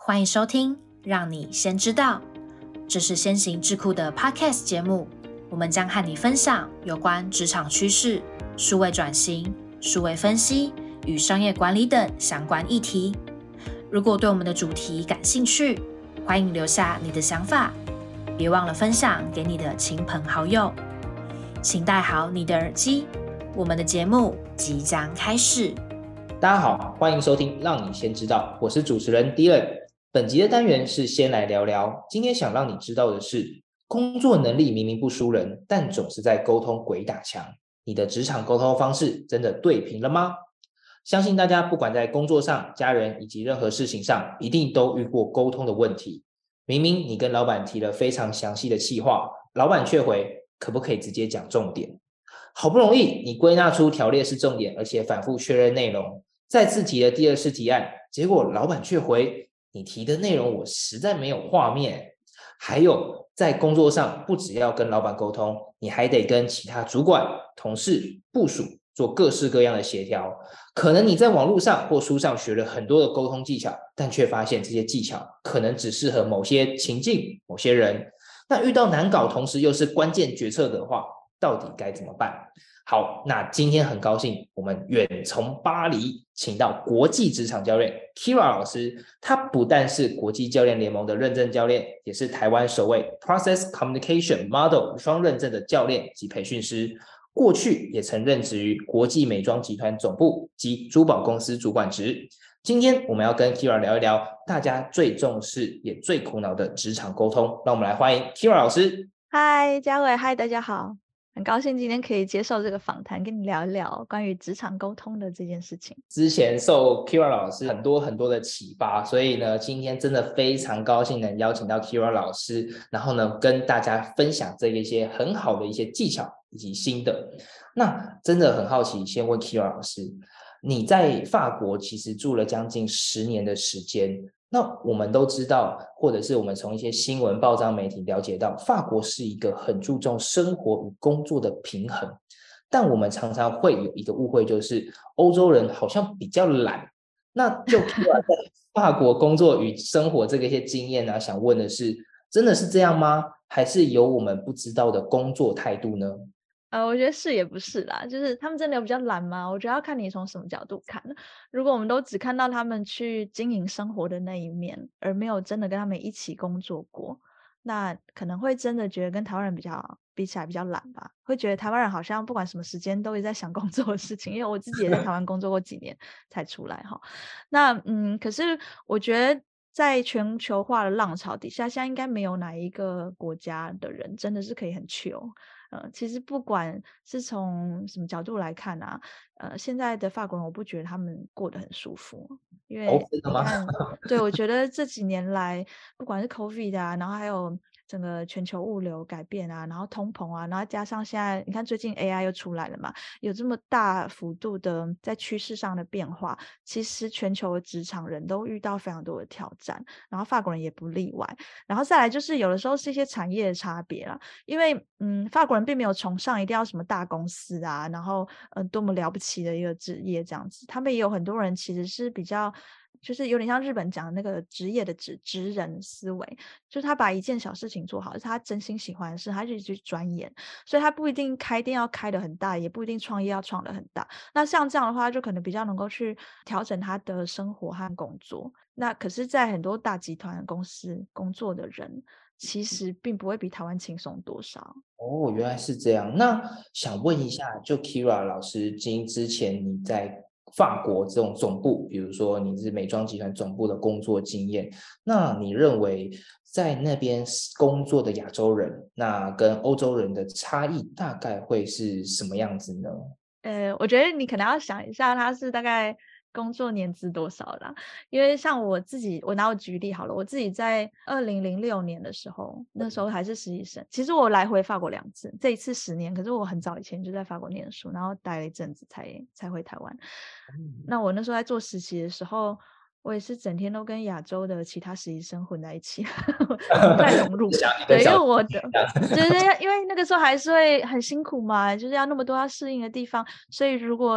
欢迎收听让你先知道，这是先行智库的 Podcast 节目，我们将和你分享有关职场趋势、数位转型、数位分析与商业管理等相关议题。如果对我们的主题感兴趣，欢迎留下你的想法，别忘了分享给你的亲朋好友。请戴好你的耳机，我们的节目即将开始。 大家好，欢迎收听让你先知道，我是主持人 Dylan。 本集的单元是先来聊聊，今天想让你知道的是，工作能力明明不输人，但总是在沟通鬼打墙，你的职场沟通方式真的对平了吗？相信大家不管在工作上、家人以及任何事情上，一定都遇过沟通的问题。明明你跟老板提了非常详细的企划，老板却回可不可以直接讲重点。好不容易你归纳出条列式重点，而且反复确认内容，再次提了第二次提案，结果老板却回你提的内容我实在没有画面。还有在工作上，不只要跟老板沟通，你还得跟其他主管、同事、部属做各式各样的协调。可能你在网络上或书上学了很多的沟通技巧，但却发现这些技巧可能只适合某些情境、某些人。那遇到难搞同时又是关键决策的话，到底该怎么办？好，那今天很高兴我们远从巴黎请到国际职场教练 Kira 老师。他不但是国际教练联盟的认证教练，也是台湾首位 Process Communication Model 双认证的教练及培训师，过去也曾任职于国际美妆集团总部及珠宝公司主管职。今天我们要跟 Kira 聊一聊大家最重视也最苦恼的职场沟通，让我们来欢迎 Kira 老师。 嗨，嘉伟，嗨，大家好，很高兴今天可以接受这个访谈，跟你聊一聊关于职场沟通的这件事情。 之前受 Kira 老师很多的启发，所以呢，今天真的非常高兴能邀请到 Kira 老师，然后呢，跟大家分享这一些很好的一些技巧以及心得。那真的很好奇，先问 Kira 老师，你在法国其实住了将近10年的时间。那我们都知道，或者是我们从一些新闻报章媒体了解到，法国是一个很注重生活与工作的平衡，但我们常常会有一个误会，就是欧洲人好像比较懒。那就在法国工作与生活这个一些经验呢，想问的是，真的是这样吗？还是有我们不知道的工作态度呢？ 我觉得是也不是啦，就是他们真的有比较懒吗？我觉得要看你从什么角度看。如果我们都只看到他们去经营生活的那一面，而没有真的跟他们一起工作过，那可能会真的觉得跟台湾人比起来比较懒吧，会觉得台湾人好像不管什么时间都一直在想工作的事情，因为我自己也在台湾工作过几年才出来哈。那可是我觉得在全球化的浪潮底下，现在应该没有哪一个国家的人真的是可以很 chill。其实不管是从什么角度来看啊，现在的法国人我不觉得他们过得很舒服，因为你看，对，我觉得这几年来，不管是 COVID 啊，然后还有整个全球物流改变啊，然后通膨啊，然后加上现在你看最近 AI 又出来了嘛，有这么大幅度的在趋势上的变化，其实全球的职场人都遇到非常多的挑战，然后法国人也不例外。然后再来就是有的时候是一些产业的差别啦，因为法国人并没有崇尚一定要什么大公司啊，然后多么了不起的一个职业这样子，他们也有很多人其实是比较就是有点像日本讲的那个职业的职人思维，就是他把一件小事情做好，是他真心喜欢的事，他就去钻研，所以他不一定开店要开得很大，也不一定创业要创得很大。那像这样的话，就可能比较能够去调整他的生活和工作。那可是，在很多大集团公司工作的人，其实并不会比台湾轻松多少。 哦，原来是这样。那想问一下，就 Kira 老师，之前你在法国这种总部，比如说你是美妆集团总部的工作经验，那你认为在那边工作的亚洲人，那跟欧洲人的差异大概会是什么样子呢？ 我觉得你可能要想一下，他是大概工作年资多少啦？因为像我自己，我拿我举例好了，我自己在2006年的时候，那时候还是实习生。其实我来回法国2次，这一次10年，可是我很早以前就在法国念书，然后待了一阵子才回台湾。那我那时候在做实习的时候，我也是整天都跟亚洲的其他实习生混在一起，不太融入。对，因为因为那个时候还是会很辛苦嘛，就是要那么多要适应的地方，所以如果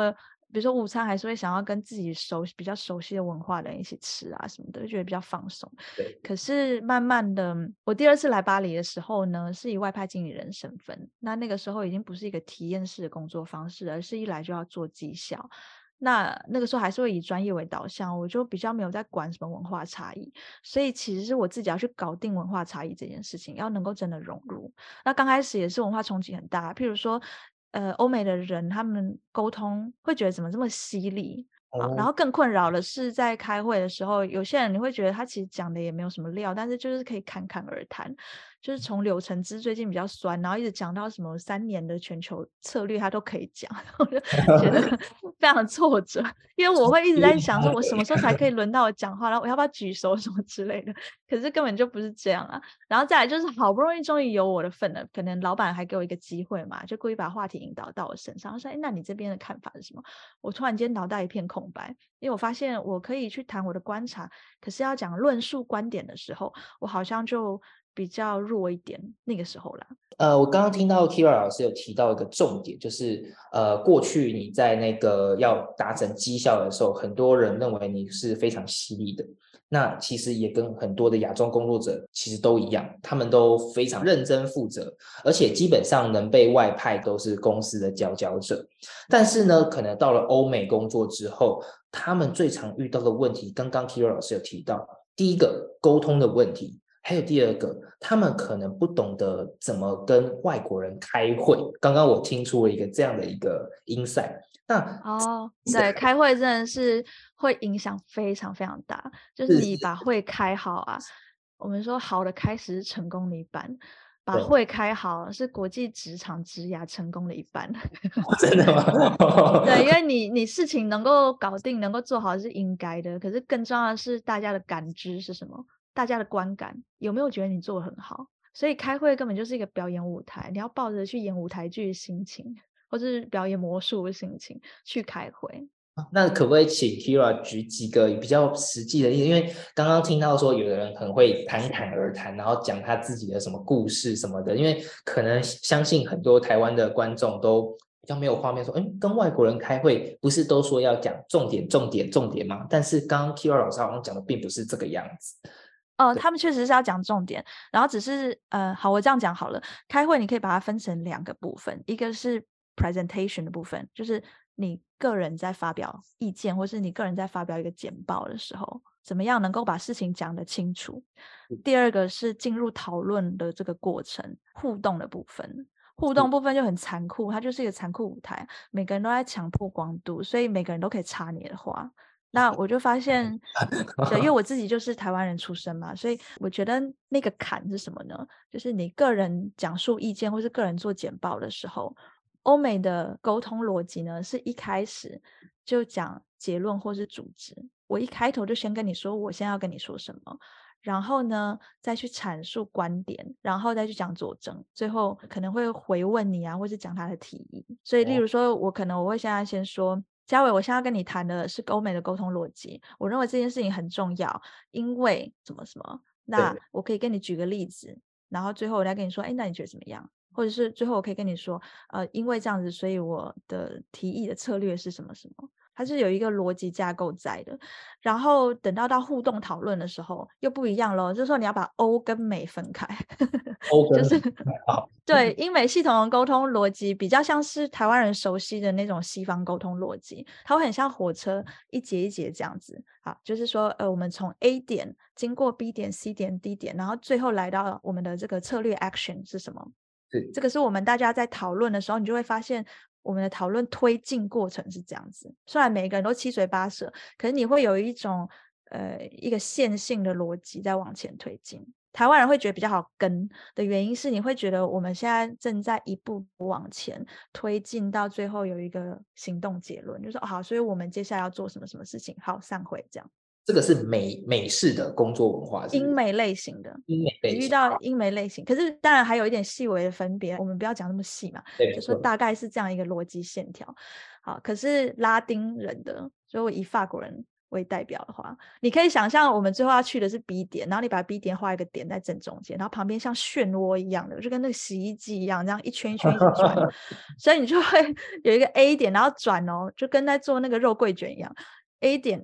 比如说午餐还是会想要跟自己比较熟悉的文化的人一起吃啊什么的，就觉得比较放松。 对， 可是慢慢的，我第二次来巴黎的时候呢，是以外派经理人身份，那个时候已经不是一个体验式的工作方式，而是一来就要做绩效。那个时候还是会以专业为导向，我就比较没有在管什么文化差异，所以其实是我自己要去搞定文化差异这件事情，要能够真的融入。那刚开始也是文化冲击很大，譬如说，欧美的人他们沟通会觉得怎么这么犀利啊，然哦， 后更困扰的是在开会的时候，有些人你会觉得他其实讲的也没有什么料，但是就是可以侃侃而谈，就是从柳橙汁最近比较酸，然后一直讲到什么3年的全球策略，他都可以讲，我就觉得非常挫折，因为我会一直在想说，我什么时候才可以轮到我讲话，然后我要不要举手什么之类的，可是根本就不是这样啊。然后再来就是好不容易终于有我的份了，可能老板还给我一个机会嘛，就故意把话题引导到我身上，说：“哎，那你这边的看法是什么？”我突然间脑袋一片空白，因为我发现我可以去谈我的观察，可是要讲论述观点的时候，我好像就比较弱一点，那个时候啦。 我刚刚听到 Kira 老师有提到一个重点，就是过去你在那个要达成绩效的时候，很多人认为你是非常犀利的。那其实也跟很多的亚洲工作者其实都一样，他们都非常认真负责，而且基本上能被外派都是公司的佼佼者。但是呢，可能到了欧美工作之后，他们最常遇到的问题，刚刚 Kira 老师有提到，第一个沟通的问题。还有第二个，他们可能不懂得怎么跟外国人开会。刚刚我听出了一个这样的一个 insight。那哦，对，开会真的是会影响非常非常大，就是是你把会开好啊，我们说好的开始是成功的一半，把对， 会开好是国际职场职涯成功的一半。 真的吗？ 对，因为你事情能够搞定，能够做好是应该的，可是更重要的是大家的感知是什么，大家的观感有没有觉得你做得很好？所以开会根本就是一个表演舞台，你要抱着去演舞台剧的心情，或是表演魔术的心情去开会。 那可不可以请 Kira 举几个比较实际的例子？因为刚刚听到说有的人很会侃侃而谈，然后讲他自己的什么故事什么的。因为可能相信很多台湾的观众都比较没有画面，说，跟外国人开会不是都说要讲重点、重点、重点吗？但是刚刚 Kira 老师好像讲的并不是这个样子。对， 他们确实是要讲重点，然后只是好，我这样讲好了。开会你可以把它分成2个部分，一个是 presentation 的部分，就是你个人在发表意见，或是你个人在发表一个简报的时候，怎么样能够把事情讲得清楚。第二个是进入讨论的这个过程，互动的部分。互动部分就很残酷，它就是一个残酷舞台，每个人都在抢曝光度，所以每个人都可以插你的话。那我就发现，对，因为我自己就是台湾人出身嘛，所以我觉得那个坎是什么呢？就是你个人讲述意见或是个人做简报的时候，欧美的沟通逻辑呢，是一开始就讲结论或是主旨。我一开头就先跟你说，我现在要跟你说什么，然后呢，再去阐述观点，然后再去讲佐证，最后可能会回问你啊，或是讲他的提议。所以，例如说，我会现在先说，嘉伟，我现在要跟你谈的是欧美的沟通逻辑，我认为这件事情很重要，因为什么什么，那对， 我可以跟你举个例子，然后最后我再跟你说，哎，那你觉得怎么样？或者是最后我可以跟你说，因为这样子，所以我的提议的策略是什么什么，它是有一个逻辑架构在的。然后等到互动讨论的时候又不一样咯，就是说你要把欧跟美分开， 欧跟美就是好， 对英美系统的沟通逻辑比较像是台湾人熟悉的那种西方沟通逻辑，它会很像火车一节一节这样子。好，就是说我们从 A 点经过 B 点、C 点、D 点，然后最后来到我们的这个策略 action 是什么？ 是这个是我们大家在讨论的时候，你就会发现我们的讨论推进过程是这样子。虽然每个人都七嘴八舌，可是你会有一种一个线性的逻辑在往前推进。台湾人会觉得比较好跟的原因是，你会觉得我们现在正在一步步往前推进，到最后有一个行动结论，就说好，所以我们接下来要做什么什么事情，好，散会这样。 这个是美式的工作文化，是不是？ 英美类型的， 英美你类型， 遇到英美类型，可是当然还有一点细微的分别，我们不要讲那么细嘛， 对， 就没错。 说大概是这样一个逻辑线条。好，可是拉丁人的，所以我以法国人为代表的话，你可以想象我们最后要去的是 B 点，然后你把 B 点画一个点在正中间，然后旁边像漩涡一样的，就跟那个洗衣机一样，这样一圈一圈一直转，所以你就会有一个 A 点，然后转哦，就跟在做那个肉桂卷一样。A 点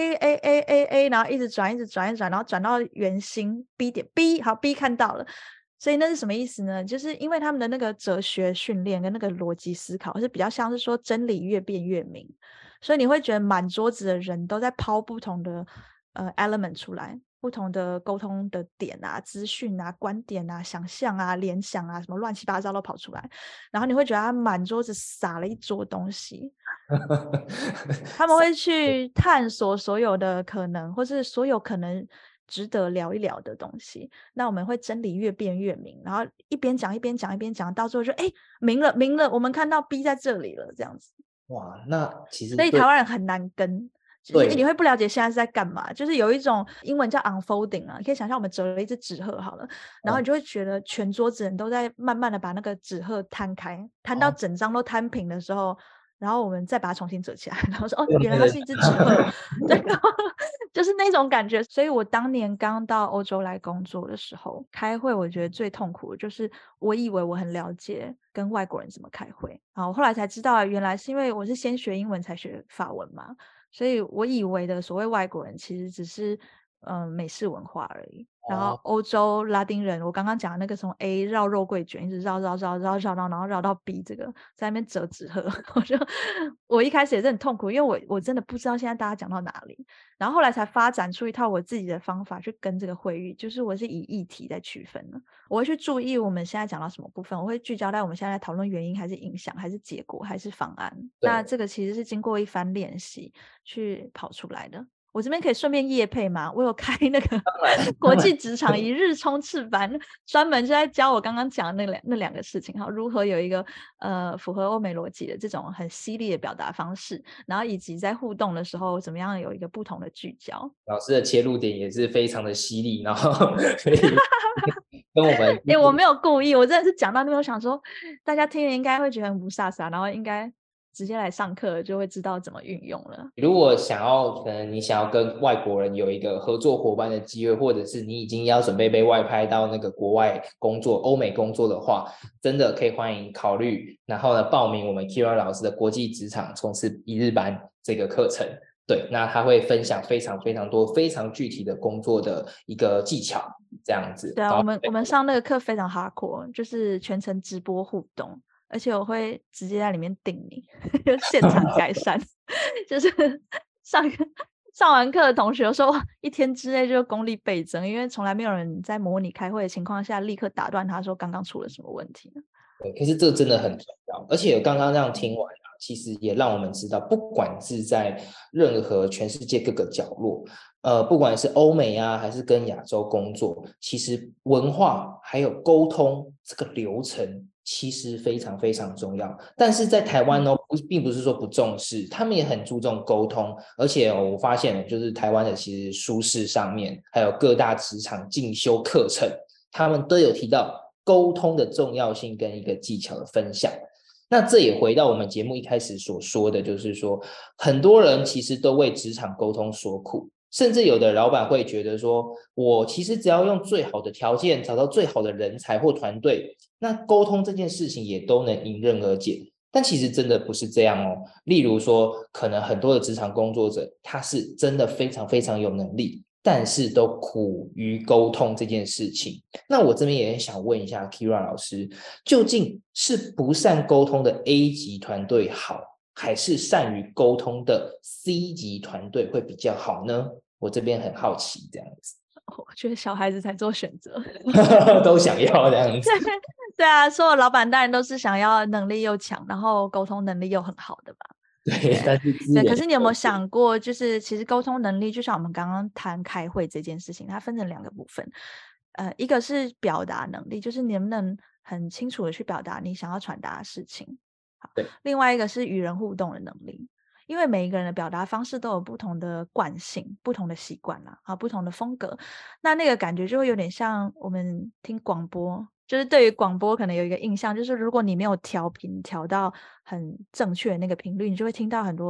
A， 然后一直转，一直转，一直转，然后转到圆心 B 点 B， 好 B 看到了，所以那是什么意思呢？就是因为他们的那个哲学训练跟那个逻辑思考是比较像是说真理越辩越明，所以你会觉得满桌子的人都在抛不同的element 出来，不同的沟通的点啊、资讯啊、观点啊、想象啊、联想啊，什么乱七八糟都跑出来，然后你会觉得他满桌子撒了一桌东西。他们会去探索所有的可能，或是所有可能值得聊一聊的东西。那我们会真理越辩越明，然后一边讲一边讲一边讲，到最后就明了明了，我们看到 B 在这里了，这样子。 哇，那其实所以台湾人很难跟。就是你会不了解现在是在干嘛，就是有一种英文叫 unfolding 啊，你可以想象我们折了一只纸鹤好了，然后你就会觉得全桌子人都在慢慢的把那个纸鹤摊开，摊到整张都摊平的时候，然后我们再把它重新折起来，然后说哦，原来它是一只纸鹤，对，就是那种感觉。所以我当年刚到欧洲来工作的时候，开会我觉得最痛苦的就是我以为我很了解跟外国人怎么开会，然后后来才知道原来是因为我是先学英文才学法文嘛，所以我以为的所谓外国人其实只是美式文化而已。然后欧洲拉丁人，我刚刚讲的那个从 A 绕肉桂卷一直绕绕绕绕绕绕，然后绕到 B 这个在那边折纸鹤，我一开始也是很痛苦，因为我真的不知道现在大家讲到哪里，然后后来才发展出一套我自己的方法去跟这个会议，就是我是以议题在区分的，我会去注意我们现在讲到什么部分，我会聚焦在我们现在讨论原因还是影响还是结果还是方案，那这个其实是经过一番练习去跑出来的。我这边可以顺便业配吗？我有开那个国际职场一日冲刺班，专门是在教我刚刚讲的那两个事情，如何有一个符合欧美逻辑的这种很犀利的表达方式，然后以及在互动的时候怎么样有一个不同的聚焦。 老师的切入点也是非常的犀利，然后可以跟我们我没有故意，我真的是讲到那边，我想说大家听了应该会觉得很不飒飒，然后应该直接来上课就会知道怎么运用了。 如果可能你想要跟外国人有一个合作伙伴的机会，或者是你已经要准备被外派到那个国外工作、欧美工作的话，真的可以欢迎考虑，然后呢报名我们 Kira 老师的国际职场冲刺一日班这个课程。对，那他会分享非常非常多、非常具体的工作的一个技巧，这样子。 对啊，我们上那个课非常 hardcore， 就是全程直播互动。而且我会直接在里面定你，就现场改善，就是上完课的同学说一天之内就功力倍增，因为从来没有人在模拟开会的情况下立刻打断他说刚刚出了什么问题呢？ 对，可是这真的很重要，而且刚刚这样听完其实也让我们知道，不管是在任何全世界各个角落，不管是欧美啊，还是跟亚洲工作，其实文化还有沟通这个流程其实非常非常重要。但是在台湾并不是说不重视，他们也很注重沟通，而且我发现就是台湾的其实书市上面，还有各大职场进修课程，他们都有提到沟通的重要性跟一个技巧的分享。那这也回到我们节目一开始所说的，就是说很多人其实都为职场沟通所苦，甚至有的老板会觉得说，我其实只要用最好的条件找到最好的人才或团队，那沟通这件事情也都能迎刃而解。但其实真的不是这样哦。例如说，可能很多的职场工作者，他是真的非常非常有能力，但是都苦于沟通这件事情。那我这边也想问一下 Kira 老师，究竟是不善沟通的 A 级团队好，还是善于沟通的 C 级团队会比较好呢？我这边很好奇这样子。 我觉得小孩子才做选择都想要这样子。 对啊，所有老板当然都是想要能力又强，然后沟通能力又很好的吧。 对，但是对，可是你有没有想过，就是其实沟通能力就像我们刚刚谈开会这件事情，它分成两个部分。一个是表达能力，就是你能不能很清楚的去表达你想要传达的事情。好，另外一个是与人互动的能力，因为每一个人的表达方式都有不同的惯性、不同的习惯啦，不同的风格。那个感觉就会有点像我们听广播。就是对于广播可能有一个印象，就是如果你没有调频调到很正确的那个频率，你就会听到很多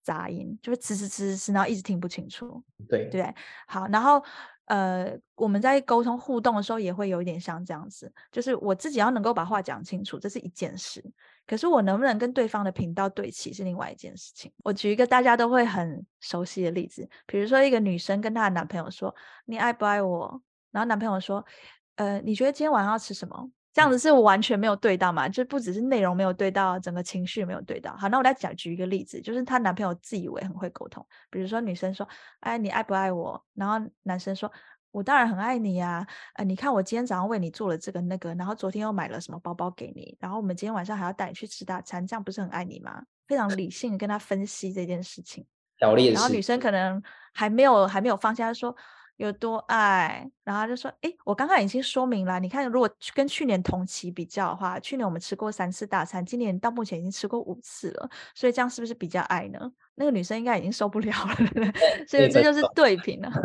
杂音，就会呲呲呲呲，然后一直听不清楚， 对， 对不对？好，然后我们在沟通互动的时候也会有一点像这样子，就是我自己要能够把话讲清楚，这是一件事，可是我能不能跟对方的频道对齐是另外一件事情。我举一个大家都会很熟悉的例子，比如说一个女生跟她的男朋友说你爱不爱我，然后男朋友说你觉得今天晚上要吃什么？这样子是完全没有对到嘛，就不只是内容没有对到，整个情绪没有对到。好，那我再举一个例子，就是她男朋友自以为很会沟通，比如说女生说哎你爱不爱我，然后男生说我当然很爱你呀，你看我今天早上为你做了这个那个，然后昨天又买了什么包包给你，然后我们今天晚上还要带你去吃大餐，这样不是很爱你吗？非常理性的跟他分析这件事情。然后女生可能还没有放下，她说有多爱，然后他就说我刚刚已经说明了，你看如果跟去年同期比较的话，去年我们吃过3次大餐，今年到目前已经吃过5次了，所以这样是不是比较爱呢？那个女生应该已经受不了了，所以这就是对平了。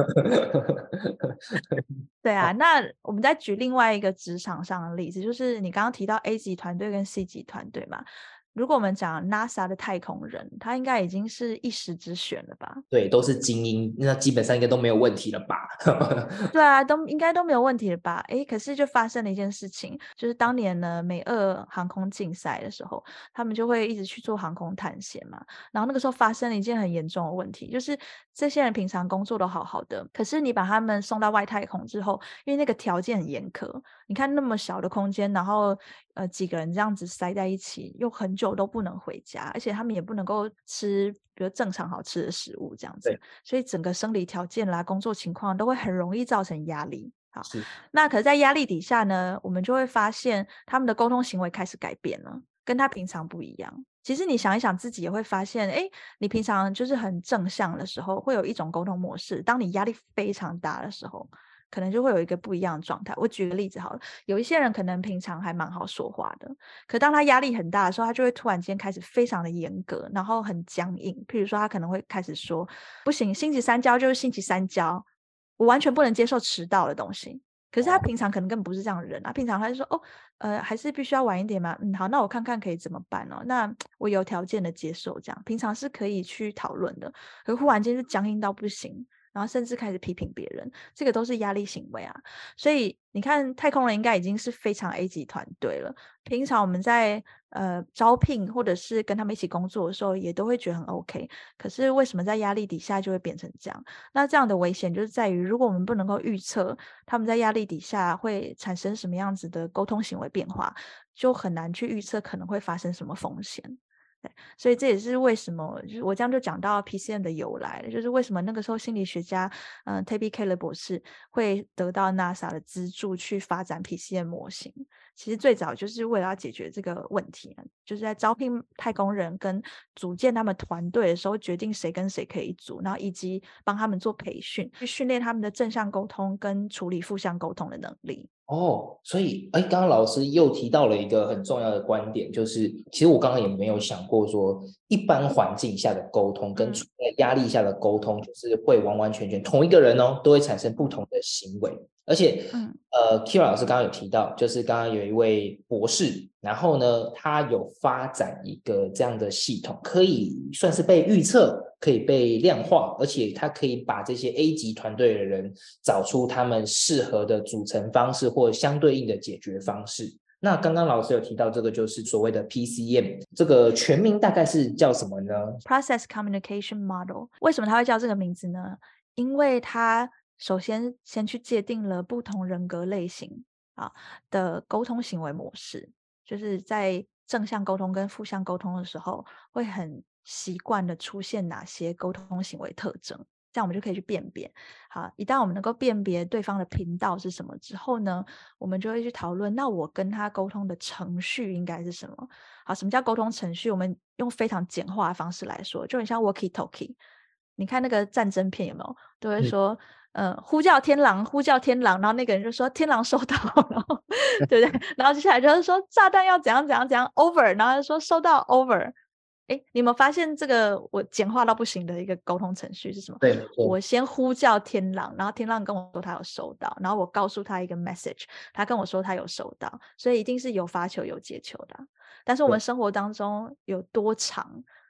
对啊，那我们再举另外一个职场上的例子，就是你刚刚提到 A 级团队跟 C 级团队嘛，如果我们讲 NASA 的太空人，他应该已经是一时之选了吧？ 对，都是精英，那基本上应该都没有问题了吧？ 对啊，应该都没有问题了吧？可是就发生了一件事情，就是当年呢美俄航空竞赛的时候，他们就会一直去做航空探险嘛。然后那个时候发生了一件很严重的问题，就是这些人平常工作都好好的，可是你把他们送到外太空之后，因为那个条件很严苛，你看那么小的空间，然后几个人这样子塞在一起，又很久都不能回家，而且他们也不能够吃比如正常好吃的食物这样子，所以整个生理条件啦、工作情况都会很容易造成压力。好，那可是在压力底下呢，我们就会发现他们的沟通行为开始改变了，跟他平常不一样。其实你想一想自己也会发现，你平常就是很正向的时候，会有一种沟通模式，当你压力非常大的时候，可能就会有一个不一样的状态。我举个例子好了，有一些人可能平常还蛮好说话的，可当他压力很大的时候，他就会突然间开始非常的严格，然后很僵硬。譬如说他可能会开始说不行，星期三交就是星期三交，我完全不能接受迟到的东西。可是他平常可能根本不是这样的人啊，平常他就说还是必须要晚一点嘛，好，那我看看可以怎么办哦，那我有条件的接受这样，平常是可以去讨论的，可是忽然间就僵硬到不行，然后甚至开始批评别人，这个都是压力行为啊。所以你看太空人应该已经是非常 A 级团队了，平常我们在招聘或者是跟他们一起工作的时候也都会觉得很 OK， 可是为什么在压力底下就会变成这样？那这样的危险就是在于，如果我们不能够预测他们在压力底下会产生什么样子的沟通行为变化，就很难去预测可能会发生什么风险。对，所以这也是为什么，就是我这样就讲到 PCM 的由来了，就是为什么那个时候心理学家Taby Keller 博士会得到 NASA 的资助去发展 PCM 模型。其实最早就是为了要解决这个问题，就是在招聘太空人跟组建他们团队的时候，决定谁跟谁可以组，然后以及帮他们做培训，去训练他们的正向沟通跟处理负向沟通的能力。 所以刚刚老师又提到了一个很重要的观点，就是其实我刚刚也没有想过说，一般环境下的沟通跟处在压力下的沟通，就是会完完全全同一个人都会产生不同的行为。而且Kira 老师刚刚有提到，就是刚刚有一位博士，然后呢他有发展一个这样的系统，可以算是被预测，可以被量化，而且他可以把这些 A 级团队的人找出他们适合的组成方式或相对应的解决方式。那刚刚老师有提到这个就是所谓的 PCM， 这个全名大概是叫什么呢？ Process Communication Model。 为什么他会叫这个名字呢？因为他首先去界定了不同人格类型的沟通行为模式，就是在正向沟通跟负向沟通的时候，会很习惯的出现哪些沟通行为特征，这样我们就可以去辨别。好，一旦我们能够辨别对方的频道是什么之后呢，我们就会去讨论，那我跟他沟通的程序应该是什么。好，什么叫沟通程序？我们用非常简化的方式来说，就很像 walkie talkie。你看那个战争片有没有？都会说呼叫天狼，呼叫天狼，然后那个人就说天狼收到，然后对不对？然后接下来就是说炸弹要怎样怎样怎样 over， 然后就说收到 over。你有没有发现这个我简化到不行的一个沟通程序是什么？ 对， 我先呼叫天狼，然后天狼跟我说他有收到，然后我告诉他一个 message， 他跟我说他有收到，所以一定是有发球有接球的。但是我们生活当中有多长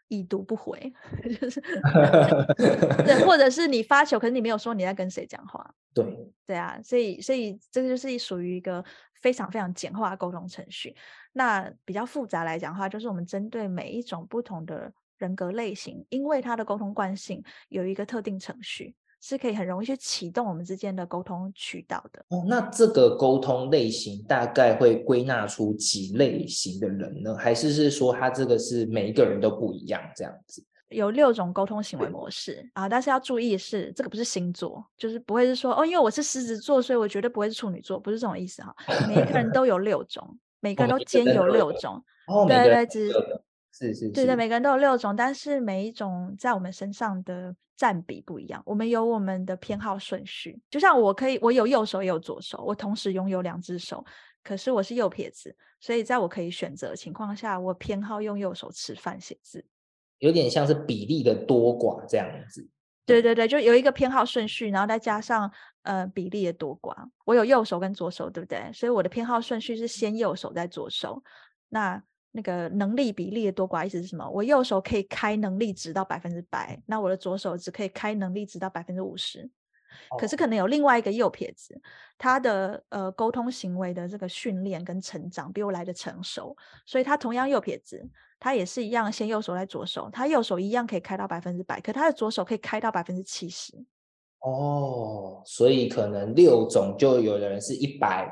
已读不回，就是对，或者是你发球，可是你没有说你在跟谁讲话。 对， 对啊，所以这个就是属于一个非常非常简化的沟通程序。那比较复杂来讲的话，就是我们针对每一种不同的人格类型，因为它的沟通惯性有一个特定程序，是可以很容易去启动我们之间的沟通渠道的。 哦，那这个沟通类型大概会归纳出几类型的人呢？还是说他这个是每一个人都不一样这样子？ 有6种沟通行为模式啊，但是要注意的是，这个不是星座，就是不会是说哦，因为我是狮子座，所以我绝对不会是处女座，不是这种意思哈。每一个人都有6种，每个哦， 人都每个兼有人都有， 六种。 哦，每对对， 个人都有的，是是对， 是， 每个人都有6种，但是每一种在我们身上的占比不一样。我们有我们的偏好顺序，就像我有右手也有左手，我同时拥有2只手，可是我是右撇子，所以在我可以选择的情况下，我偏好用右手吃饭写字。 有点像是比例的多寡这样子。 对对对，就有一个偏好顺序，然后再加上比例的多寡。我有右手跟左手，对不对？所以我的偏好顺序是先右手再左手。那个能力比例的多寡意思是什么？我右手可以开能力值到100%，那我的左手只可以开能力值到50%。可是哦可能有另外一个右撇子，他的沟通行为的这个训练跟成长比我来的成熟，所以他同样右撇子，他也是一样先右手再左手，他右手一样可以开到100%，可他的左手可以开到70%。 哦，所以可能6种就有的人是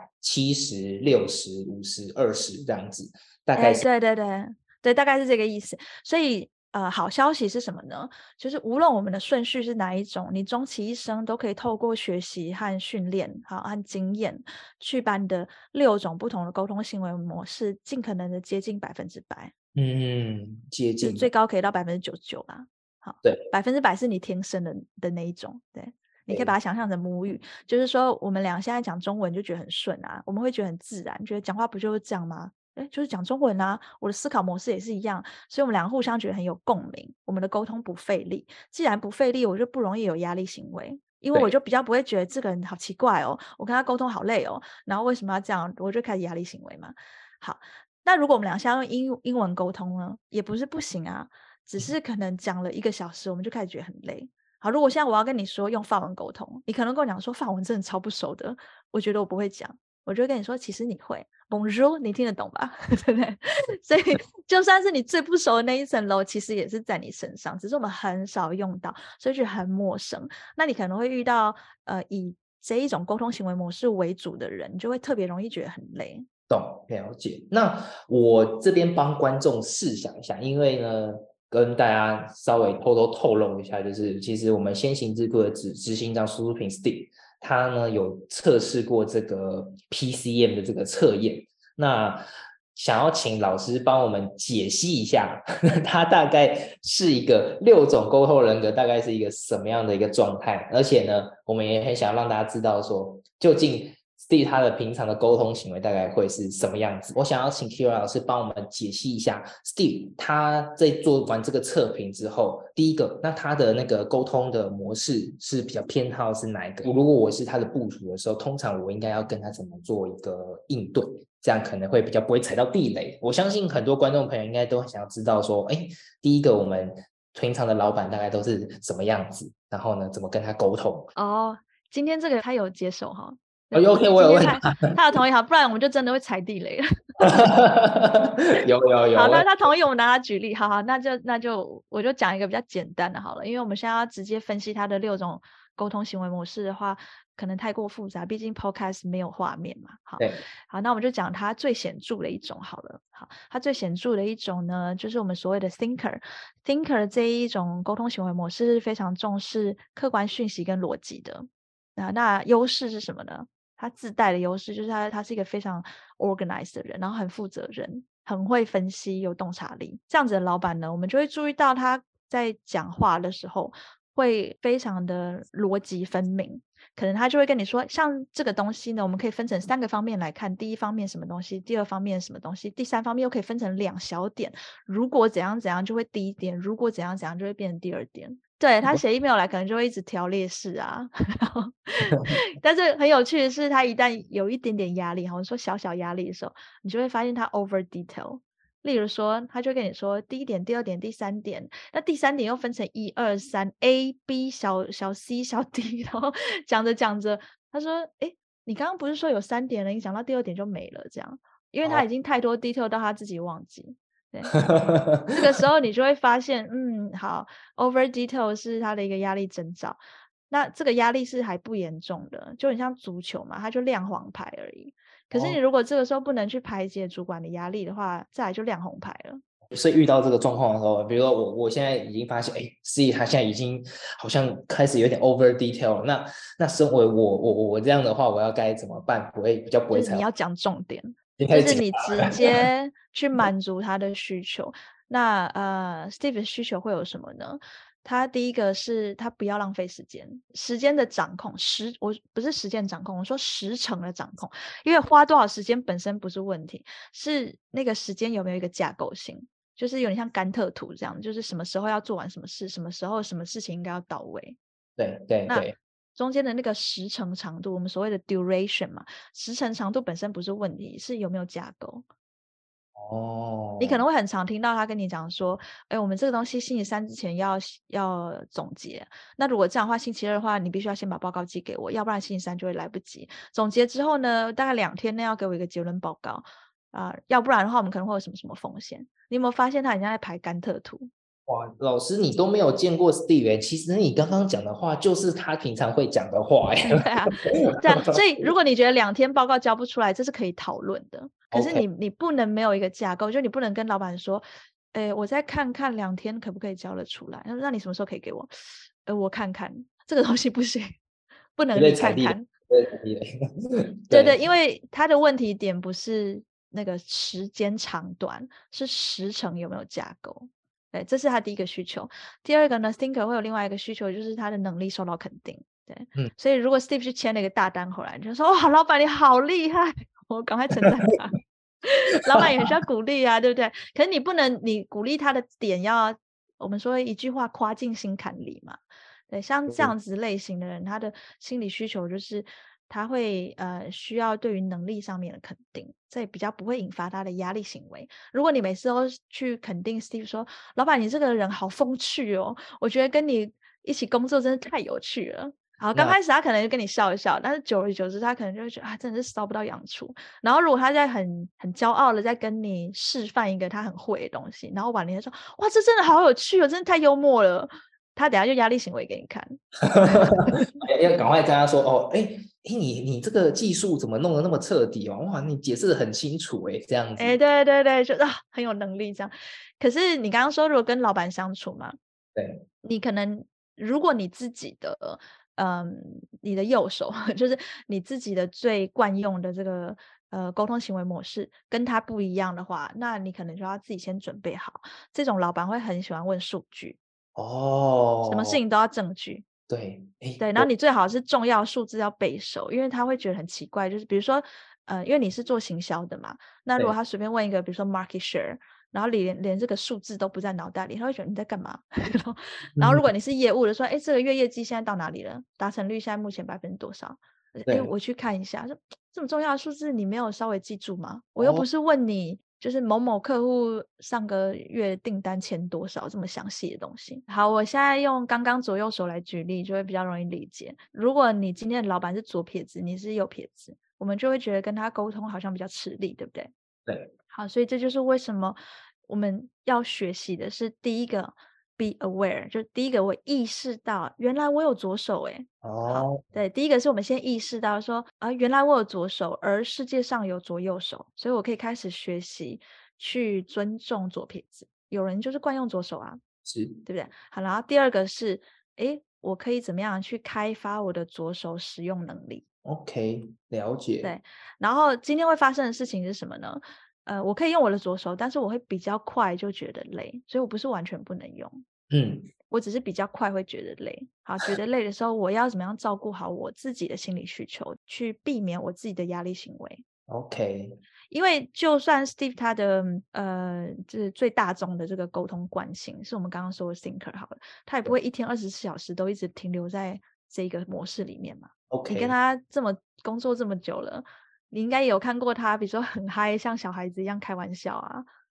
170、60、50、20这样子，大概哎， 是对对对对，大概是这个意思。所以好消息是什么呢？就是无论我们的顺序是哪一种，你终其一生都可以透过学习和训练，好和经验，去把你的6种不同的沟通行为模式，尽可能的接近100%。 接就是近的， 最高可以到99%啦。好对 ，100%是你天生的那一种。对，你可以把对， 它想象成母语，就是说我们俩现在讲中文就觉得很顺啊，我们会觉得很自然，觉得讲话不就是这样吗？哎，就是讲中文啊，我的思考模式也是一样，所以我们两个互相觉得很有共鸣，我们的沟通不费力。既然不费力，我就不容易有压力行为，因为我对， 就比较不会觉得这个人好奇怪哦，我跟他沟通好累哦，然后为什么要这样？我就开始压力行为嘛。好，那如果我们俩现在用英文沟通呢，也不是不行啊，只是可能讲了1个小时，我们就开始觉得很累。好，如果现在我要跟你说用法文沟通，你可能跟我讲说法文真的超不熟的，我觉得我不会讲，我就会跟你说其实你会，Bonjour，你听得懂吧？对不对？所以就算是你最不熟的那一层楼，其实也是在你身上，只是我们很少用到，所以就很陌生。那你可能会遇到以这一种沟通行为模式为主的人，你就会特别容易觉得很累。 懂，了解。那我这边帮观众试想一下，因为呢，跟大家稍微偷偷透露一下，就是其实我们先行智库的执行长苏淑萍 Steve，他呢有测试过这个 PCM 的这个测验。那想要请老师帮我们解析一下，他大概是一个6种沟通人格，大概是一个什么样的一个状态？而且呢，我们也很想让大家知道说，究竟 Steve 他的平常的沟通行为大概会是什么样子？我想要请 Kira 老师帮我们解析一下 Steve 他在做完这个测评之后，第一个，那他的那个沟通的模式是比较偏好是哪一个？如果我是他的部署的时候，通常我应该要跟他怎么做一个应对？这样可能会比较不会踩到地雷。我相信很多观众朋友应该都想要知道说，哎，第一个我们平常的老板大概都是什么样子，然后呢，怎么跟他沟通？ 哦，今天这个他有接受哈， 哦，OK，我有问今天他有同意好，不然我们就真的会踩地雷了。 有， 好，那他同意我们拿他举例，好，那就我就讲一个比较简单的好了，因为我们现在要直接分析他的6种沟通行为模式的话，可能太过复杂，毕竟 Podcast 没有画面嘛。 对， 好，那我们就讲它最显著的一种好了。好，它最显著的一种呢，就是我们所谓的 Thinker 这一种沟通行为模式是非常重视客观讯息跟逻辑的。那优势是什么呢？他自带的优势就是他是一个非常 organized 的人，然后很负责任，很会分析，有洞察力。这样子的老板呢，我们就会注意到他在讲话的时候会非常的逻辑分明。可能他就会跟你说，像这个东西呢，我们可以分成3个方面来看。第一方面什么东西，第二方面什么东西，第三方面又可以分成2小点。如果怎样怎样就会第一点，如果怎样怎样就会变成第二点。对，他写 email 来可能就会一直调列式啊，然后但是很有趣的是，他一旦有一点点压力，或者说小小压力的时候，你就会发现他 over detail， 例如说，他就跟你说第一点、第二点、第三点，那第三点又分成1、2、3 A、B 小 C 小 D，然后讲着讲着，他说：“诶，你刚刚不是说有3点了，你讲到第2点就没了。”这样，因为他已经太多 detail 到他自己忘记。对，这个时候你就会发现，好，over detail 是他的一个压力征兆。那这个压力是还不严重的，就很像足球嘛，它就亮黄牌而已。可是你哦， 如果这个时候不能去排解主管的压力的话，再来就亮红牌了。 所以遇到这个状况的时候，比如说我现在已经发现，哎，C 他现在已经好像开始有点 over detail 了。那身为我这样的话，我要该怎么办？比较不会踩到， 就是你要讲重点，就是应该是你直接去满足他的需求。那Steve 的需求会有什么呢？他第一个是他不要浪费时间，时间的掌控，我不是时间掌控，我说时程的掌控，因为花多少时间本身不是问题，是那个时间有没有一个架构性，就是有点像甘特图这样，就是什么时候要做完什么事，什么时候什么事情应该要到位。 对对那对， 中间的那个时程长度，我们所谓的 duration 嘛，时程长度本身不是问题，是有没有架构。你可哦， 能会很常听到他跟你讲说，哎，我们这个东西星期三之前要总结。那如果这样的话，星期二的话，你必须要先把报告寄给我，要不然星期三就会来不及。总结之后呢，大概2天内要给我一个结论报告要不然的话，我们可能会有什么什么风险。你有没有发现他很像在排甘特图？ 哇，老师你都没有见过 Steve，其实你刚刚讲的话就是他平常会讲的话，哎对啊，对啊，所以如果你觉得2天报告交不出来，这是可以讨论的。可是 ，OK， 你不能没有一个架构，就你不能跟老板说，我再看看2天可不可以交得出来？那你什么时候可以给我？我看看，这个东西不行，不绝能你对踩地雷， 看看。 绝对踩地雷， 对对， 对， 因为他的问题点不是那个时间长短，是时程有没有架构。对，这是他第一个需求。第二个呢，thinker 会有另外一个需求，就是他的能力受到肯定。对， 嗯， 所以如果 Steve 去签了一个大单回来，你就说：“哇，老板你好厉害！”我赶快称赞他。老板也很需要鼓励啊，对不对？可是你不能，你鼓励他的点要，我们说一句话，夸进心坎里嘛。对，像这样子类型的人，他的心理需求就是他会需要对于能力上面的肯定，这也比较不会引发他的压力行为。如果你每次都去肯定 Steve 说，老板你这个人好风趣哦，我觉得跟你一起工作真的太有趣了。好，刚那开始他可能就跟你笑一笑，但是久而久之，他可能就会觉得啊，真的是烧不到痒处。然后如果他在很骄傲的在跟你示范一个他很会的东西，然后晚年说哇，这真的好有趣哦，真的太幽默了。他等下就压力行为给你看。 要赶快跟他说哦，哎哎，你这个技术怎么弄得那么彻底哦？哇，你解释的很清楚哎，这样哎， 子， 对对对，就很有能力这样。可是你刚刚说如果跟老板相处嘛， 对， 你可能如果你自己的你的右手就是你自己的最惯用的这个沟通行为模式跟他不一样的话，那你可能就要自己先准备好。这种老板会很喜欢问数据，什么事哦， 情都要证据。 对，哎， 对，然后你最好是重要数字要背熟，因为他会觉得很奇怪，就是比如说，因为你是做行销的嘛，那如果对， 他随便问一个，比如说 market share，然后连这个数字都不在脑袋里，他会觉得你在干嘛？然后如嗯， 果你是业务的说，哎，这个月业绩现在到哪里了？达成率现在目前多少？哎， 对， 我去看一下，说这么重要的数字你没有稍微记住吗？我又不哦， 是问你。就是某某客户上个月订单签多少这么详细的东西。好，我现在用刚刚左右手来举例，就会比较容易理解。如果你今天的老板是左撇子，你是右撇子，我们就会觉得跟他沟通好像比较吃力，对不对？ 对， 好，所以这就是为什么我们要学习的是第一个 be aware，就第一个我意识到原来我有左手诶。好， 哦， 对，第一个是我们先意识到说啊，原来我有左手，而世界上有左右手，所以我可以开始学习去尊重左撇子。有人就是惯用左手啊， 是对不对？好，然后第二个是，诶，我可以怎么样去开发我的左手使用能力？ ，OK，了解， 对，然后今天会发生的事情是什么呢？我可以用我的左手，但是我会比较快就觉得累，所以我不是完全不能用， 嗯我只是比较快会觉得累。好，觉得累的时候，我要怎么样照顾好我自己的心理需求，去避免我自己的压力行为？ ，OK， 因为就算 Steve 他的就是最大众的这个沟通惯性，是我们刚刚说的 thinker 好了，他也不会一天24小时都一直停留在这个模式里面嘛。你跟 ，OK， 他工作这么久了，你应该也有看过他，比如说很嗨，像小孩子一样开玩笑啊，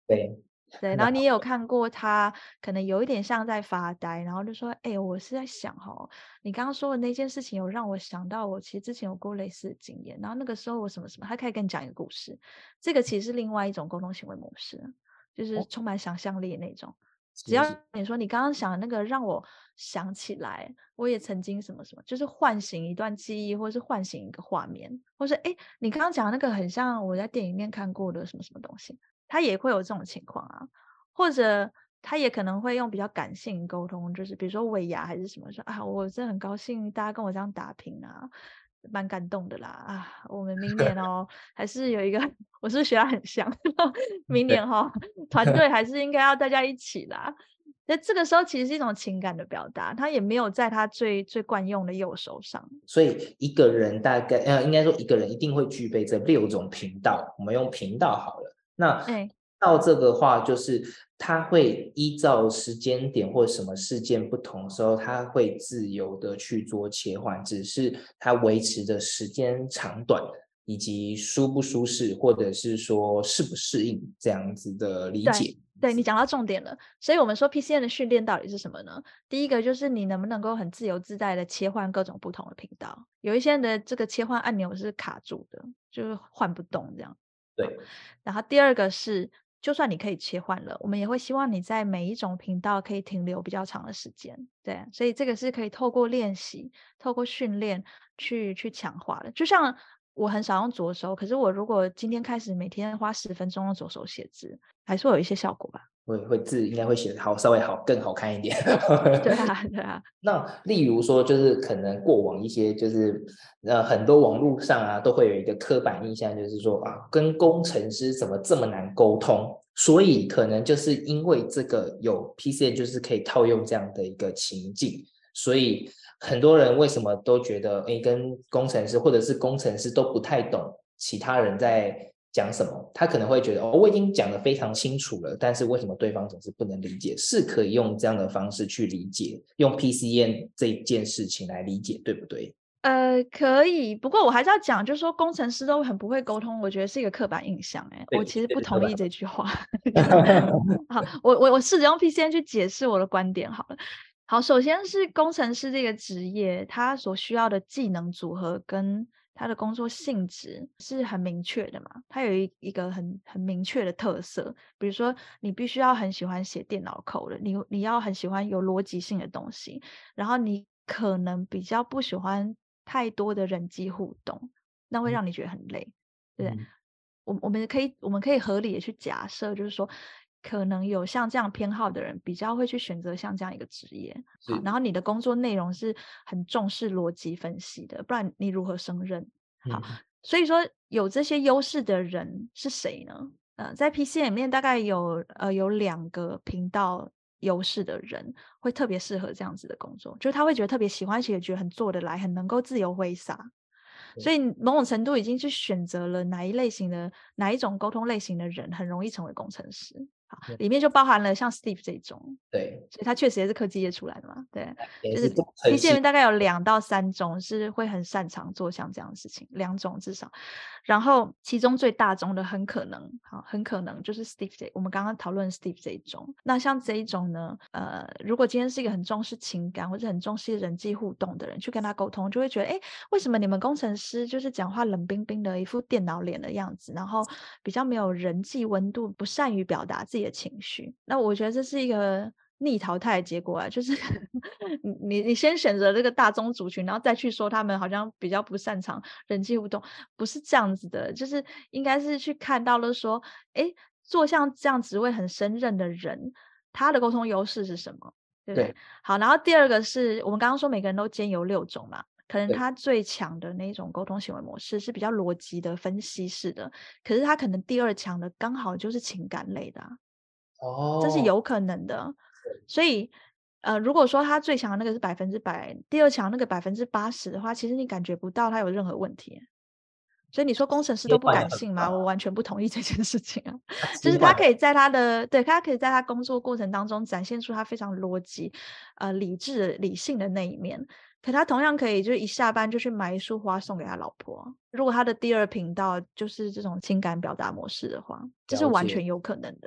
对， 对，然后你也有看过他可能有一点像在发呆，然后就说：“哎、我是在想哦，你刚刚说的那件事情有让我想到，我其实之前有过类似的经验，然后那个时候我什么什么，他可以跟你讲一个故事。这个其实是另外一种沟通行为模式，就是哦， 充满想象力的那种。只要是是， 你说你刚刚想的那个让我想起来，我也曾经什么什么，就是唤醒一段记忆，或是唤醒一个画面，或是哎，你刚刚讲的那个很像我在电影里面看过的什么什么东西。”他也会有这种情况啊，或者他也可能会用比较感性沟通，就是比如说尾牙还是什么，说啊，我真的很高兴大家跟我这样打拼啊，蛮感动的啦啊，我们明年哦，还是有一个，我是不是学他很像，明对。 年哈、团队还是应该要大家一起啦。那这个时候其实是一种情感的表达，他也没有在他最惯用的右手上。 所以一个人大概应该说一个人一定会具备这6种频道，我们用频道好了。那哎， 到这个话，就是他会依照时间点或什么事件不同的时候，他会自由的去做切换，只是他维持的时间长短，以及舒不舒适，或者是说适不适应这样子的理对， 解。 对，你讲到重点了。所以我们说 PCN 的训练到底是什么呢？第一个就是你能不能够很自由自在的切换各种不同的频道。有一些人的这个切换按钮是卡住的，就是换不动这样。好， 对， 然后第二个是，就算你可以切换了，我们也会希望你在每一种频道可以停留比较长的时间。对，所以这个是可以透过练习、透过训练去强化的。就像我很少用左手，可是我如果今天开始每天花10分钟用左手写字，还是会有一些效果吧。 会字应该会写得好，稍微好更好看一点。 对啊，对啊， 那例如说，就是可能过往一些，就是很多网络上啊，都会有一个刻板印象，就是说啊，跟工程师怎么这么难沟通？所以可能就是因为这个有 PCN，就是可以套用这样的一个情境，所以很多人为什么都觉得，哎，跟工程师或者是工程师都不太懂其他人在讲什么，他可能会觉得，哦，我已经讲得非常清楚了，但是为什么对方总是不能理解？是可以用这样的方式去理解，用 PCN 这件事情来理解，对不对？ 可以，不过我还是要讲，就是说工程师都很不会沟通，我觉得是一个刻板印象。我对， 其实不对对，刻板。 同意这句话。好，我试着用 PCN 去解释我的观点好了。好，首先是工程师这个职业，他所需要的技能组合跟他的工作性质是很明确的嘛，它有一个很明确的特色。比如说，你必须要很喜欢写电脑 code 的，你要很喜欢有逻辑性的东西，然后你可能比较不喜欢太多的人际互动，那会嗯让你觉得很累，对不对？ 嗯， 我们可以合理的去假设，就是说，可能有像这样偏好的人，比较会去选择像这样一个职业。好，然是， 后你的工作内容是很重视逻辑分析的，不然你如何胜任？好， 嗯所以说有这些优势的人是谁呢？在 PC 里面大概有2个频道优势的人会特别适合这样子的工作，就是他会觉得特别喜欢，而且觉得很做得来，很能够自由挥洒。所以某种程度已经去选择了哪一种沟通类型的人很容易成为工程师。好， 嗯， 里面就包含了像 Steve 这种， 对， 所以他确实也是科技业出来的嘛，对，就是也是工程 PC 里师， 面大概有2到3种是会很擅长做像这样的事情2种至少。然后其中最大宗的很可能就是 Steve 我们刚刚讨论 Steve 这一种。那像这一种呢，如果今天是一个很重视情感或者很重视人际互动的人去跟他沟通，就会觉得，哎，为什么你们工程师就是讲话冷冰冰的一副电脑脸的样子，然后比较没有人际温度，不善于表达自己的情绪？那我觉得这是一个逆淘汰的结果啊，就是你先选择这个大宗族群，然后再去说他们好像比较不擅长人际互动，不是这样子的，就是应该是去看到了说，诶，做像这样职位很胜任的人，他的沟通优势是什么，对不对？ 对好，然后第二个是我们刚刚说每个人都兼有6种嘛，可能对， 他最强的那种沟通行为模式是比较逻辑的、分析式的，可是他可能第2强的刚好就是情感类的啊。这是哦， 有可能的。所以，如果说他最强的那个是100%，第2强那个80%的话，其实你感觉不到他有任何问题。所以你说工程师都不切换的感性吗？ 很棒， 我完全不同意这件事情啊。 他就是切换的， 他可以在他的对，他可以在他工作过程当中展现出他非常逻辑、理智、理性的那一面。可他同样可以就是一下班就去买一束花送给他老婆。如果他的第2频道就是这种情感表达模式的话，这是了解。 完全有可能的。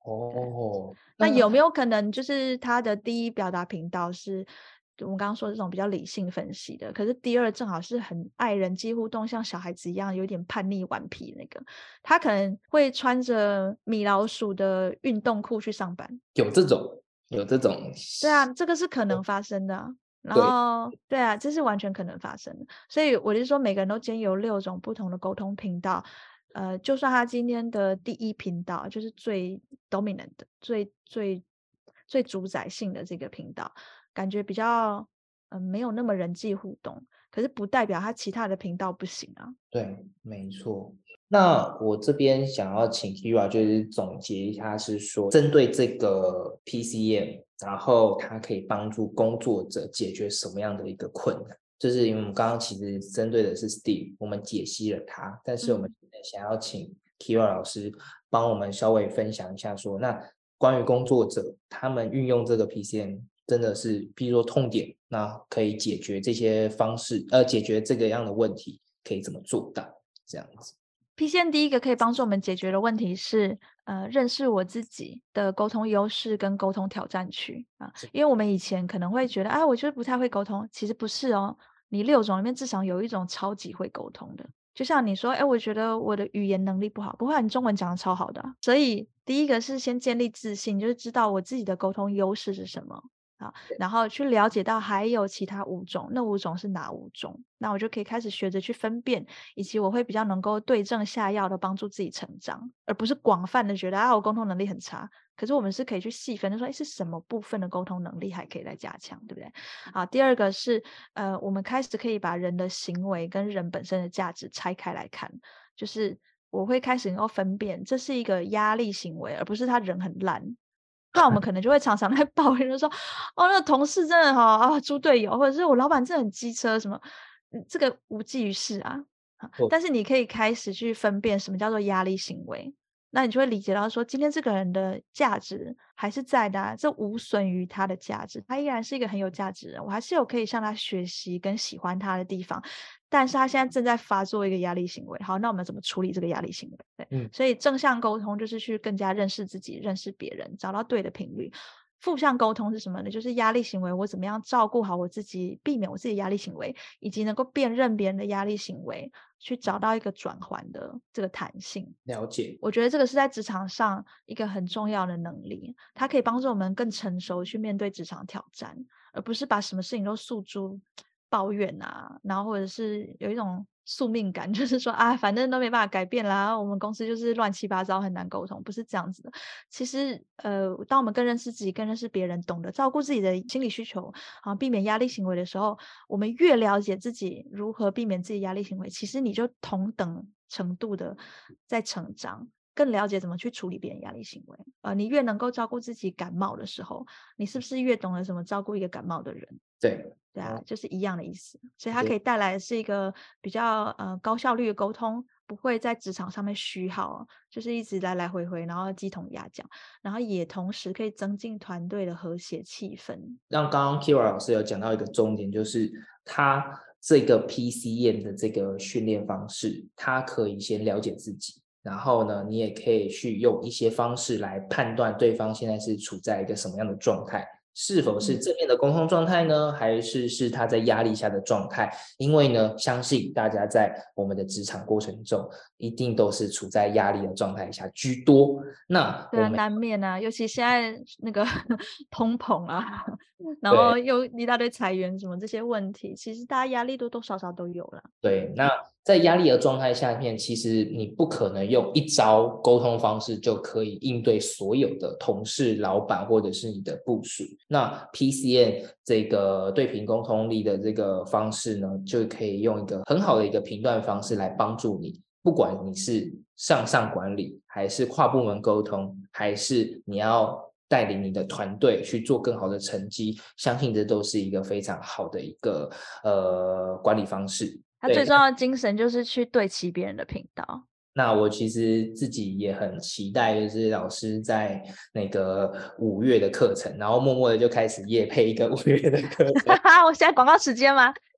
哦， 那有没有可能就是他的第一表达频道是我们刚刚说的这种比较理性分析的，可是第二正好是很爱人机互动，像小孩子一样有点叛逆顽皮那个，他可能会穿着米老鼠的运动裤去上班。 有这种， 对啊，这个是可能发生的啊。然对， 后对啊，这是完全可能发生的。所以我是说每个人都兼有6种不同的沟通频道。就算他今天的第一频道就是最 dominant 的、最主宰性的这个频道，感觉比较没有那么人际互动，可是不代表他其他的频道不行啊。 对，没错。那我这边想要请 Kira 就是总结一下，是说针对这个 PCM，然后它可以帮助工作者解决什么样的一个困难？就是因为我们刚刚其实针对的是 Steve，我们解析了它，但是我们现在想要请 Kira 老师帮我们稍微分享一下说，那关于工作者他们运用这个 PCM 真的是，譬如说痛点，那可以解决这些方式，解决这个样的问题，可以怎么做到？这样子。 PCM 第一个可以帮助我们解决的问题是，认识我自己的沟通优势跟沟通挑战区啊。因为我们以前可能会觉得，啊，我就是不太会沟通，其实不是哦。你6种里面至少有一种超级会沟通的。就像你说，哎，我觉得我的语言能力不好，不会啊，你中文讲的超好的啊。所以第一个是先建立自信，就是知道我自己的沟通优势是什么。啊，然后去了解到还有其他5种，那5种是哪5种？那我就可以开始学着去分辨，以及我会比较能够对症下药的帮助自己成长，而不是广泛的觉得啊我沟通能力很差。可是我们是可以去细分的说，哎，是什么部分的沟通能力还可以再加强，对不对？好，第二个是我们开始可以把人的行为跟人本身的价值拆开来看，就是我会开始能够分辨这是一个压力行为，而不是他人很烂。不然我们可能就会常常在抱怨，就说：“哦，那个同事真的哈啊，猪队友，或者是我老板真的很机车什么。”这个无济于事啊。但是你可以开始去分辨什么叫做压力行为，那你就会理解到说，今天这个人的价值还是在的啊，这无损于他的价值，他依然是一个很有价值的人，我还是有可以向他学习跟喜欢他的地方。但是他现在正在发作一个压力行为，好，那我们怎么处理这个压力行为？对，所以正向沟通就是去更加认识自己、认识别人，找到对的频率。负向沟通是什么呢？就是压力行为，我怎么样照顾好我自己，避免我自己的压力行为，以及能够辨认别人的压力行为，去找到一个转换的这个弹性。 了解。 我觉得这个是在职场上一个很重要的能力，它可以帮助我们更成熟去面对职场挑战，而不是把什么事情都诉诸抱怨啊，然后或者是有一种宿命感，就是说啊，反正都没办法改变啦，我们公司就是乱七八糟，很难沟通，不是这样子的。其实，当我们更认识自己、更认识别人，懂得照顾自己的心理需求，啊，避免压力行为的时候，我们越了解自己如何避免自己压力行为，其实你就同等程度的在成长。更了解怎么去处理别人压力行为，你越能够照顾自己感冒的时候，你是不是越懂得怎么照顾一个感冒的人？ 对， 对啊，就是一样的意思。所以它我觉得可以带来的是一个比较高效率的沟通，不会在职场上面虚耗，就是一直来来回回，然后鸡同鸭讲，然后也同时可以增进团队的和谐气氛。 让刚刚 Kira 老师有讲到一个重点，就是他这个 PCM 的这个训练方式，他可以先了解自己，然后呢，你也可以去用一些方式来判断对方现在是处在一个什么样的状态。是否是正面的沟通状态呢？还是他在压力下的状态？因为呢，相信大家在我们的职场过程中，一定都是处在压力的状态下居多。那对啊， 我们难免啊，尤其现在那个通膨啊，然对后又一大堆裁员什么这些问题，其实大家压力多多少少都有了。 对，那在压力的状态下面，其实你不可能用一招沟通方式就可以应对所有的同事、老板或者是你的部属。那 PCM 这个对频沟通力的这个方式呢，就可以用一个很好的一个评断方式来帮助你，不管你是上管理，还是跨部门沟通，还是你要带领你的团队去做更好的成绩，相信这都是一个非常好的一个管理方式。 他最重要的精神就是去对齐别人的频道。 那我其实自己也很期待，就是老师在那个5月的课程，然后默默的就开始业配一个5月的课程。 我现在广告时间吗？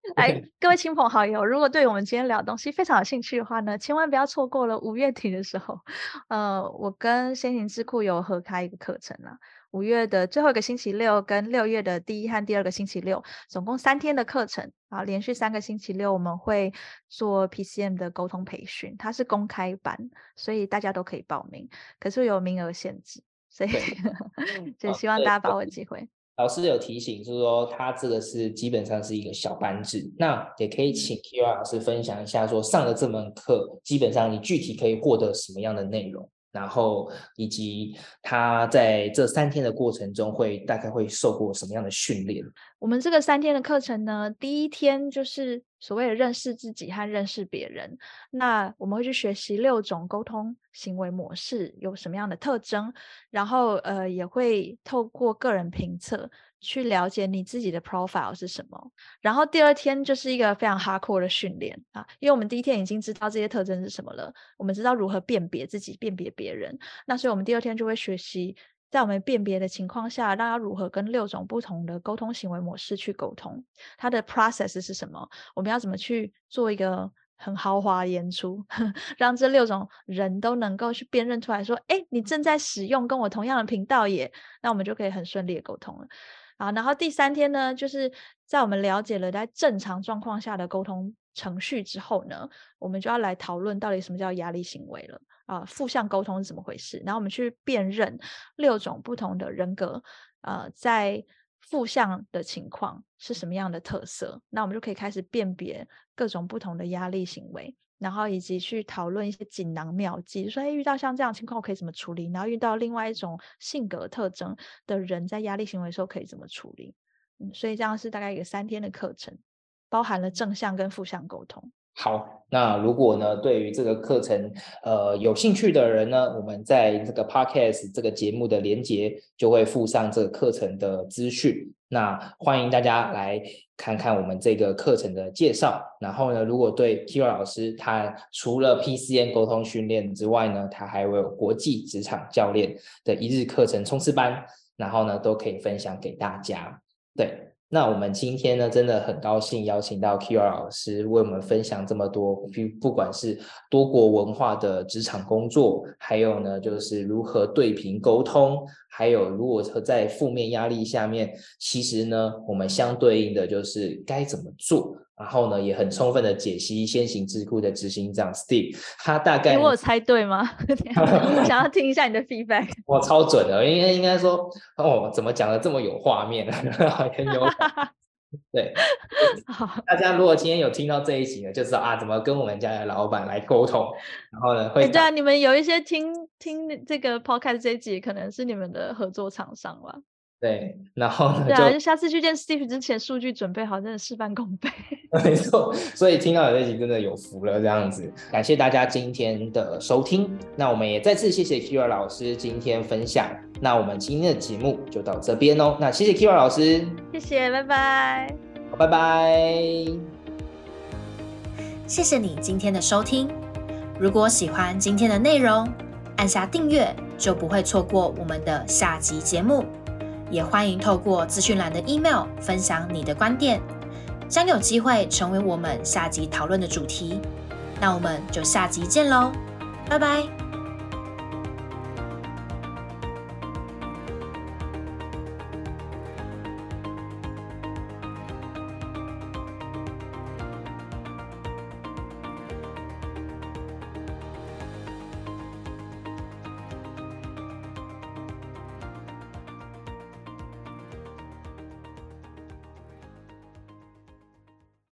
来，各位亲朋好友，如果对我们今天聊的东西非常有兴趣的话呢，千万不要错过了5月底的时候，我跟先行智库有合开一个课程啦，5月的最后一个星期六跟6月的第1和第2个星期六，总共3天的课程啊，连续3个星期六我们会做 PCM 的沟通培训，它是公开班，所以大家都可以报名，可是有名额限制，所以就希望大家把握机会。 老师有提醒，就是说他这个是基本上是一个小班制，那也可以请 Kira 老师分享一下，说上了这门课，基本上你具体可以获得什么样的内容，然后以及他在这3天的过程中大概会受过什么样的训练。 我们这个3天的课程呢，第1天就是所谓的认识自己和认识别人，那我们会去学习6种沟通行为模式有什么样的特征，然后也会透过个人评测去了解你自己的 profile 是什么。然后第2天就是一个非常 hardcore 的训练啊，因为我们第1天已经知道这些特征是什么了，我们知道如何辨别自己，辨别别人，那所以我们第2天就会学习在我们辨别的情况下，让他如何跟6种不同的沟通行为模式去沟通，它的 process 是什么，我们要怎么去做一个很豪华的演出，让这6种人都能够去辨认出来说，诶，你正在使用跟我同样的频道耶，那我们就可以很顺利的沟通了。好，然后第3天呢，就是在我们了解了在正常状况下的沟通程序之后呢，我们就要来讨论到底什么叫压力行为了。负向沟通是怎么回事，然后我们去辨认6种不同的人格在负向的情况是什么样的特色，那我们就可以开始辨别各种不同的压力行为，然后以及去讨论一些锦囊妙计，说遇到像这样的情况我可以怎么处理，然后遇到另外一种性格特征的人在压力行为的时候可以怎么处理。所以这样是大概一个3天的课程，包含了正向跟负向沟通。 好，那如果呢对于这个课程有兴趣的人呢，我们在这个 podcast 这个节目的连结就会附上这个课程的资讯，那欢迎大家来看看我们这个课程的介绍。然后呢，如果对 Kira 老师他除了 PCM 沟通训练之外呢，他还会有国际职场教练的1日课程冲刺班，然后呢都可以分享给大家。对，那我们今天呢，真的很高兴邀请到 Kira 老师为我们分享这么多，不管是多国文化的职场工作，还有呢就是如何对频沟通，还有如果在负面压力下面，其实呢我们相对应的就是该怎么做，然后呢也很充分的解析先行智库的执行长 Steve， 他大概我有猜对吗？我想要听一下你的 feedback。 我超准的，应该说怎么讲的这么有画面很有对，大家如果今天有听到这一集呢，就知道怎么跟我们家的老板来沟通，然后呢会对啊，你们有一些听这个 podcast 这一集可能是你们的合作厂商吧。 对，然后呢对啊，就下次去见 Steve 之前数据准备好，真的事半功倍。 没错，所以听到这集真的有福了这样子。感谢大家今天的收听，那我们也再次谢谢 Kira 老师今天分享，那我们今天的节目就到这边哦，那谢谢 Kira 老师， 谢谢，拜拜。 好，拜拜。 谢谢你今天的收听，如果喜欢今天的内容，按下订阅就不会错过我们的下集节目，也欢迎透过资讯栏的 email 分享你的观点，将有机会成为我们下集讨论的主题。那我们就下集见咯，拜拜。